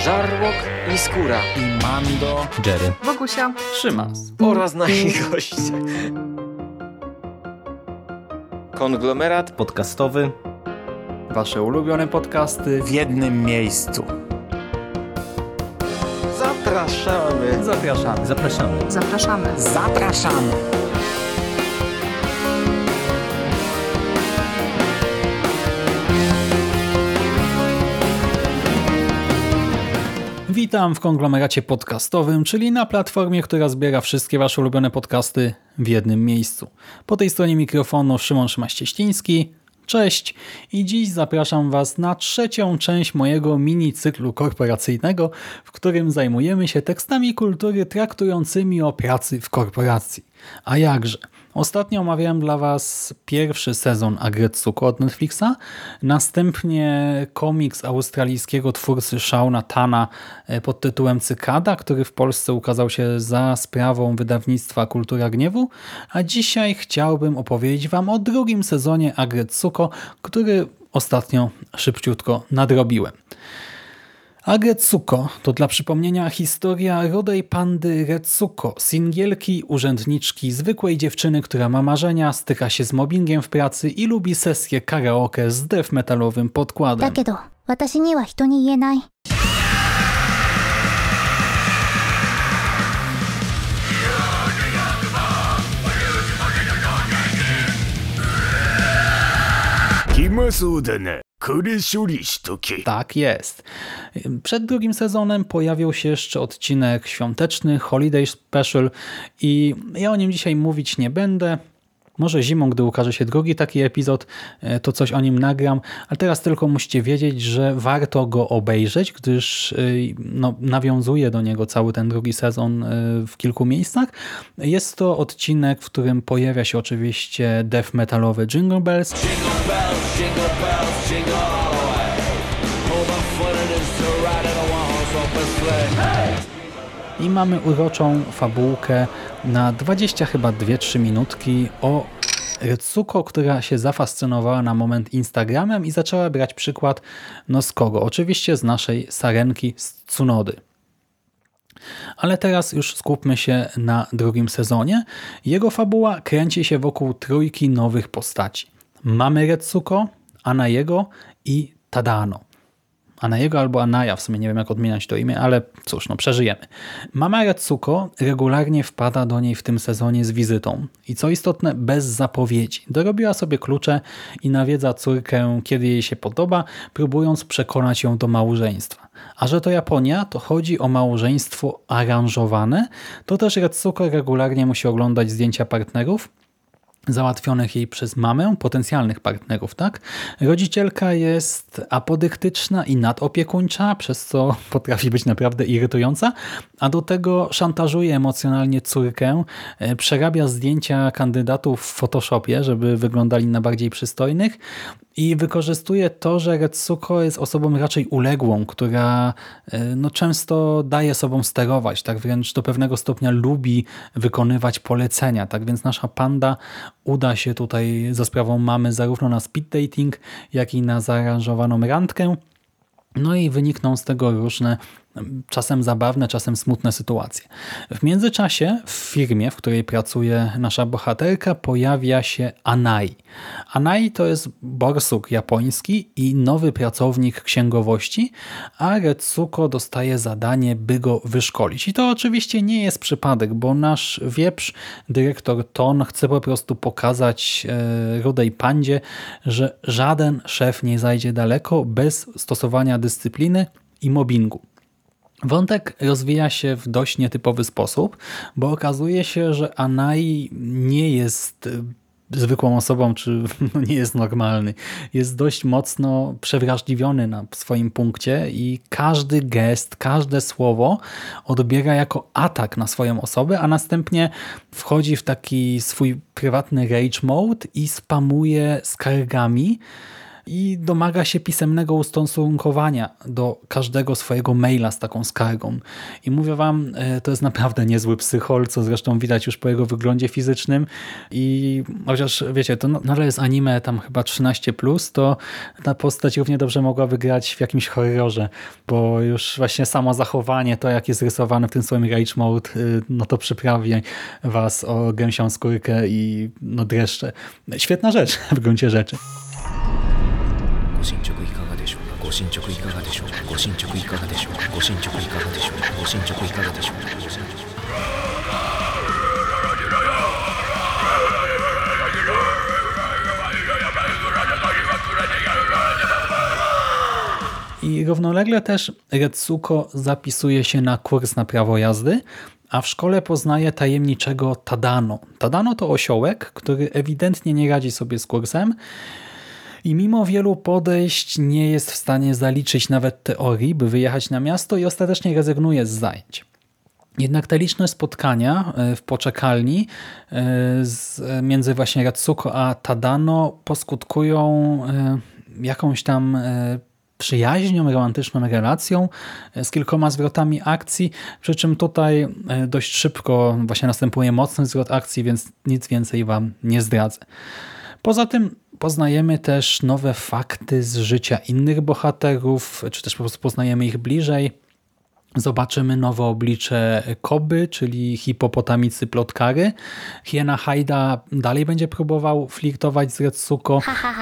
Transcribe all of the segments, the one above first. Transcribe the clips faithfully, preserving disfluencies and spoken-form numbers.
Żarłok i Skóra i Mando, Jerry, Wokusia, Szymas oraz nasi goście. Konglomerat podcastowy. Wasze ulubione podcasty w jednym miejscu. Zapraszamy. Zapraszamy. Zapraszamy. zapraszamy. Zapraszamy. Witam w konglomeracie podcastowym, czyli na platformie, która zbiera wszystkie wasze ulubione podcasty w jednym miejscu. Po tej stronie mikrofonu Szymon Szymaś-Cieśliński. Cześć i dziś zapraszam was na trzecią część mojego mini cyklu korporacyjnego, w którym zajmujemy się tekstami kultury traktującymi o pracy w korporacji. A jakże? Ostatnio omawiałem dla was pierwszy sezon Agretsuko od Netflixa, następnie komiks australijskiego twórcy Shauna Tana pod tytułem Cykada, który w Polsce ukazał się za sprawą wydawnictwa Kultura Gniewu, a dzisiaj chciałbym opowiedzieć wam o drugim sezonie Agretsuko, który ostatnio szybciutko nadrobiłem. Agretsuko to dla przypomnienia historia rudej pandy Retsuko, singielki, urzędniczki, zwykłej dziewczyny, która ma marzenia, styka się z mobbingiem w pracy i lubi sesję karaoke z death metalowym podkładem. だけど、私には人に言えない。 暇そうだな。これ処理しとけ。 Tak jest. Przed drugim sezonem pojawił się jeszcze odcinek świąteczny, Holiday Special i ja o nim dzisiaj mówić nie będę. Może zimą, gdy ukaże się drugi taki epizod, to coś o nim nagram, ale teraz tylko musicie wiedzieć, że warto go obejrzeć, gdyż no, nawiązuje do niego cały ten drugi sezon w kilku miejscach. Jest to odcinek, w którym pojawia się oczywiście death metalowy Jingle Bells. Jingle bells, jingle bells, jingle all the way. Oh, how fun it is to ride in a one-horse open sleigh. Hey! I mamy uroczą fabułkę na dwadzieścia chyba dwie trzy minutki o Retsuko, która się zafascynowała na moment Instagramem i zaczęła brać przykład no z kogo? Oczywiście z naszej Sarenki z Tsunody. Ale teraz już skupmy się na drugim sezonie. Jego fabuła kręci się wokół trójki nowych postaci. Mamy Retsuko, Anayego i Tadano. Anayego albo Anaya, w sumie nie wiem jak odmieniać to imię, ale cóż, no przeżyjemy. Mama Retsuko regularnie wpada do niej w tym sezonie z wizytą i co istotne bez zapowiedzi. Dorobiła sobie klucze i nawiedza córkę kiedy jej się podoba, próbując przekonać ją do małżeństwa. A że to Japonia, to chodzi o małżeństwo aranżowane, to też Retsuko regularnie musi oglądać zdjęcia partnerów, załatwionych jej przez mamę, potencjalnych partnerów, tak? Rodzicielka jest apodyktyczna i nadopiekuńcza, przez co potrafi być naprawdę irytująca, a do tego szantażuje emocjonalnie córkę, przerabia zdjęcia kandydatów w Photoshopie, żeby wyglądali na bardziej przystojnych i wykorzystuje to, że Retsuko jest osobą raczej uległą, która no, często daje sobą sterować, tak wręcz do pewnego stopnia lubi wykonywać polecenia. Tak więc nasza panda uda się tutaj za sprawą mamy zarówno na speed dating, jak i na zaaranżowaną randkę. No i wynikną z tego różne, czasem zabawne, czasem smutne sytuacje. W międzyczasie w firmie, w której pracuje nasza bohaterka, pojawia się Anai. Anai to jest borsuk japoński i nowy pracownik księgowości, a Retsuko dostaje zadanie, by go wyszkolić. I to oczywiście nie jest przypadek, bo nasz wieprz, dyrektor Ton, chce po prostu pokazać e, rudej pandzie, że żaden szef nie zajdzie daleko bez stosowania dyscypliny i mobbingu. Wątek rozwija się w dość nietypowy sposób, bo okazuje się, że Anai nie jest zwykłą osobą, czy nie jest normalny. Jest dość mocno przewrażliwiony na swoim punkcie i każdy gest, każde słowo odbiera jako atak na swoją osobę, a następnie wchodzi w taki swój prywatny rage mode i spamuje skargami i domaga się pisemnego ustosunkowania do każdego swojego maila z taką skargą. I mówię wam, to jest naprawdę niezły psychol, co zresztą widać już po jego wyglądzie fizycznym i chociaż wiecie, to nadal jest anime tam chyba trzynaście plus, to ta postać równie dobrze mogłaby grać w jakimś horrorze, bo już właśnie samo zachowanie, to jak jest rysowany w tym swoim rage mode, no to przyprawi was o gęsią skórkę i no dreszcze. Świetna rzecz w gruncie rzeczy. ご進捗いかがでしょうか。ご進捗いかがでしょうか。ご進捗いかがでしょうか。ご進捗いかがでしょうか。ご進捗いかがでしょうか。ご進捗 I równolegle też Retsuko zapisuje się na kurs na prawo jazdy, a w szkole poznaje tajemniczego Tadano. Tadano to osiołek, który ewidentnie nie radzi sobie z kursem i mimo wielu podejść nie jest w stanie zaliczyć nawet teorii, by wyjechać na miasto i ostatecznie rezygnuje z zajęć. Jednak te liczne spotkania w poczekalni z, między właśnie Retsuko a Tadano poskutkują jakąś tam przyjaźnią, romantyczną relacją z kilkoma zwrotami akcji, przy czym tutaj dość szybko właśnie następuje mocny zwrot akcji, więc nic więcej wam nie zdradzę. Poza tym poznajemy też nowe fakty z życia innych bohaterów, czy też po prostu poznajemy ich bliżej. Zobaczymy nowe oblicze Koby, czyli hipopotamicy plotkary. Hiena Haida dalej będzie próbował flirtować z Retsuko.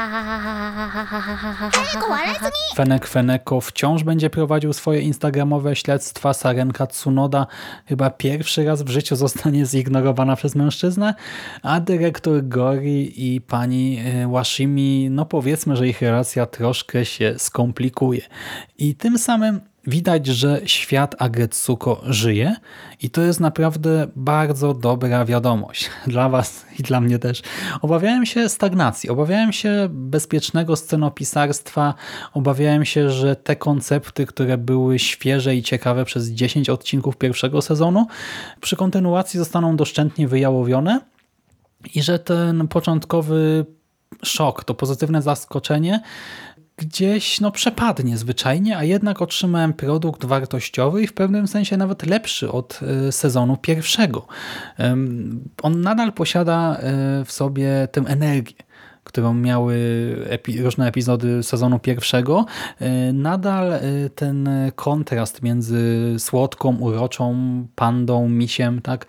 Fenek Feneko wciąż będzie prowadził swoje instagramowe śledztwa. Sarenka Tsunoda chyba pierwszy raz w życiu zostanie zignorowana przez mężczyznę, a dyrektor Gori i pani Washimi, no powiedzmy, że ich relacja troszkę się skomplikuje. I tym samym widać, że świat Agretsuko żyje i to jest naprawdę bardzo dobra wiadomość dla was i dla mnie też. Obawiałem się stagnacji, obawiałem się bezpiecznego scenopisarstwa, obawiałem się, że te koncepty, które były świeże i ciekawe przez dziesięć odcinków pierwszego sezonu, przy kontynuacji zostaną doszczętnie wyjałowione i że ten początkowy szok, to pozytywne zaskoczenie gdzieś no przepadnie zwyczajnie, a jednak otrzymałem produkt wartościowy i w pewnym sensie nawet lepszy od sezonu pierwszego. On nadal posiada w sobie tę energię, którą miały epi różne epizody sezonu pierwszego. Nadal ten kontrast między słodką, uroczą pandą, misiem, tak,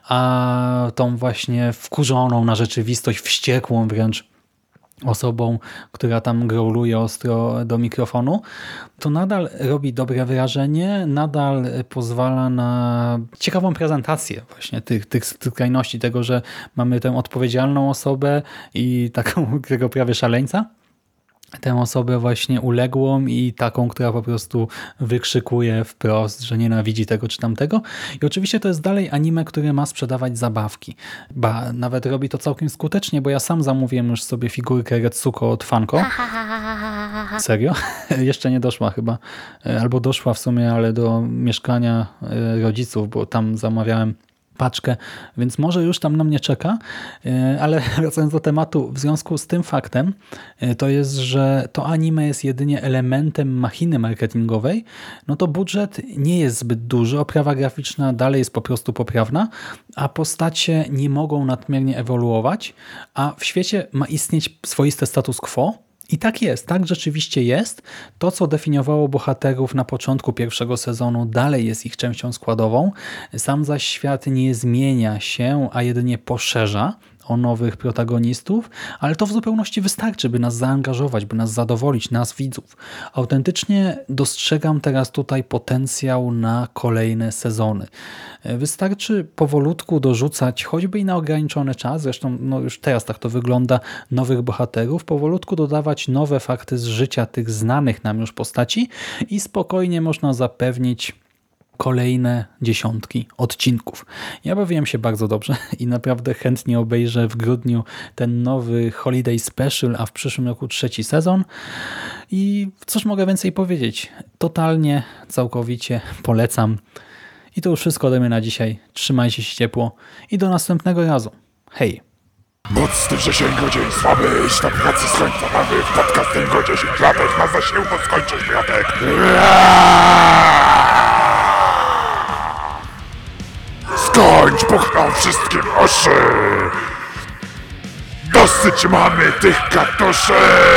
a tą właśnie wkurzoną na rzeczywistość, wściekłą wręcz osobą, która tam growluje ostro do mikrofonu, to nadal robi dobre wrażenie, nadal pozwala na ciekawą prezentację właśnie tych, tych skrajności, tego, że mamy tę odpowiedzialną osobę i taką tego prawie szaleńca, tę osobę właśnie uległą i taką, która po prostu wykrzykuje wprost, że nienawidzi tego czy tamtego. I oczywiście to jest dalej anime, które ma sprzedawać zabawki. Ba, nawet robi to całkiem skutecznie, bo ja sam zamówiłem już sobie figurkę Retsuko od Funko. Serio? Jeszcze nie doszła chyba. Albo doszła w sumie, ale do mieszkania rodziców, bo tam zamawiałem paczkę, więc może już tam na mnie czeka, ale wracając do tematu, w związku z tym faktem, to jest, że to anime jest jedynie elementem machiny marketingowej, no to budżet nie jest zbyt duży, oprawa graficzna dalej jest po prostu poprawna, a postacie nie mogą nadmiernie ewoluować, a w świecie ma istnieć swoiste status quo. I tak jest, tak rzeczywiście jest. To, co definiowało bohaterów na początku pierwszego sezonu, dalej jest ich częścią składową. Sam zaś świat nie zmienia się, a jedynie poszerza o nowych protagonistów, ale to w zupełności wystarczy, by nas zaangażować, by nas zadowolić, nas widzów. Autentycznie dostrzegam teraz tutaj potencjał na kolejne sezony. Wystarczy powolutku dorzucać, choćby i na ograniczony czas, zresztą no już teraz tak to wygląda, nowych bohaterów, powolutku dodawać nowe fakty z życia tych znanych nam już postaci i spokojnie można zapewnić kolejne dziesiątki odcinków. Ja bawiłem się bardzo dobrze i naprawdę chętnie obejrzę w grudniu ten nowy Holiday Special, a w przyszłym roku trzeci sezon. I cóż mogę więcej powiedzieć? Totalnie, całkowicie polecam. I to już wszystko ode mnie na dzisiaj. Trzymajcie się ciepło i do następnego razu. Hej! Mocny wrzesień godzin, słaby sztabkacy słońca mamy w podcastingu dziesięć latek na zasięgu skończył światek. Skończ, puchną wszystkim oszy! Dosyć mamy tych katuszy!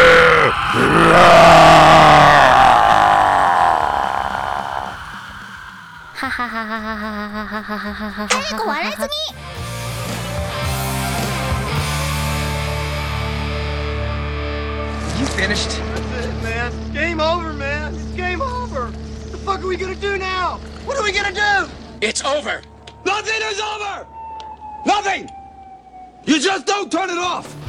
You finished? That's it, man. Game over, man. It's game over. What the fuck are we gonna do now? What are we gonna do? It's over! Nothing is over! Nothing! You just don't turn it off!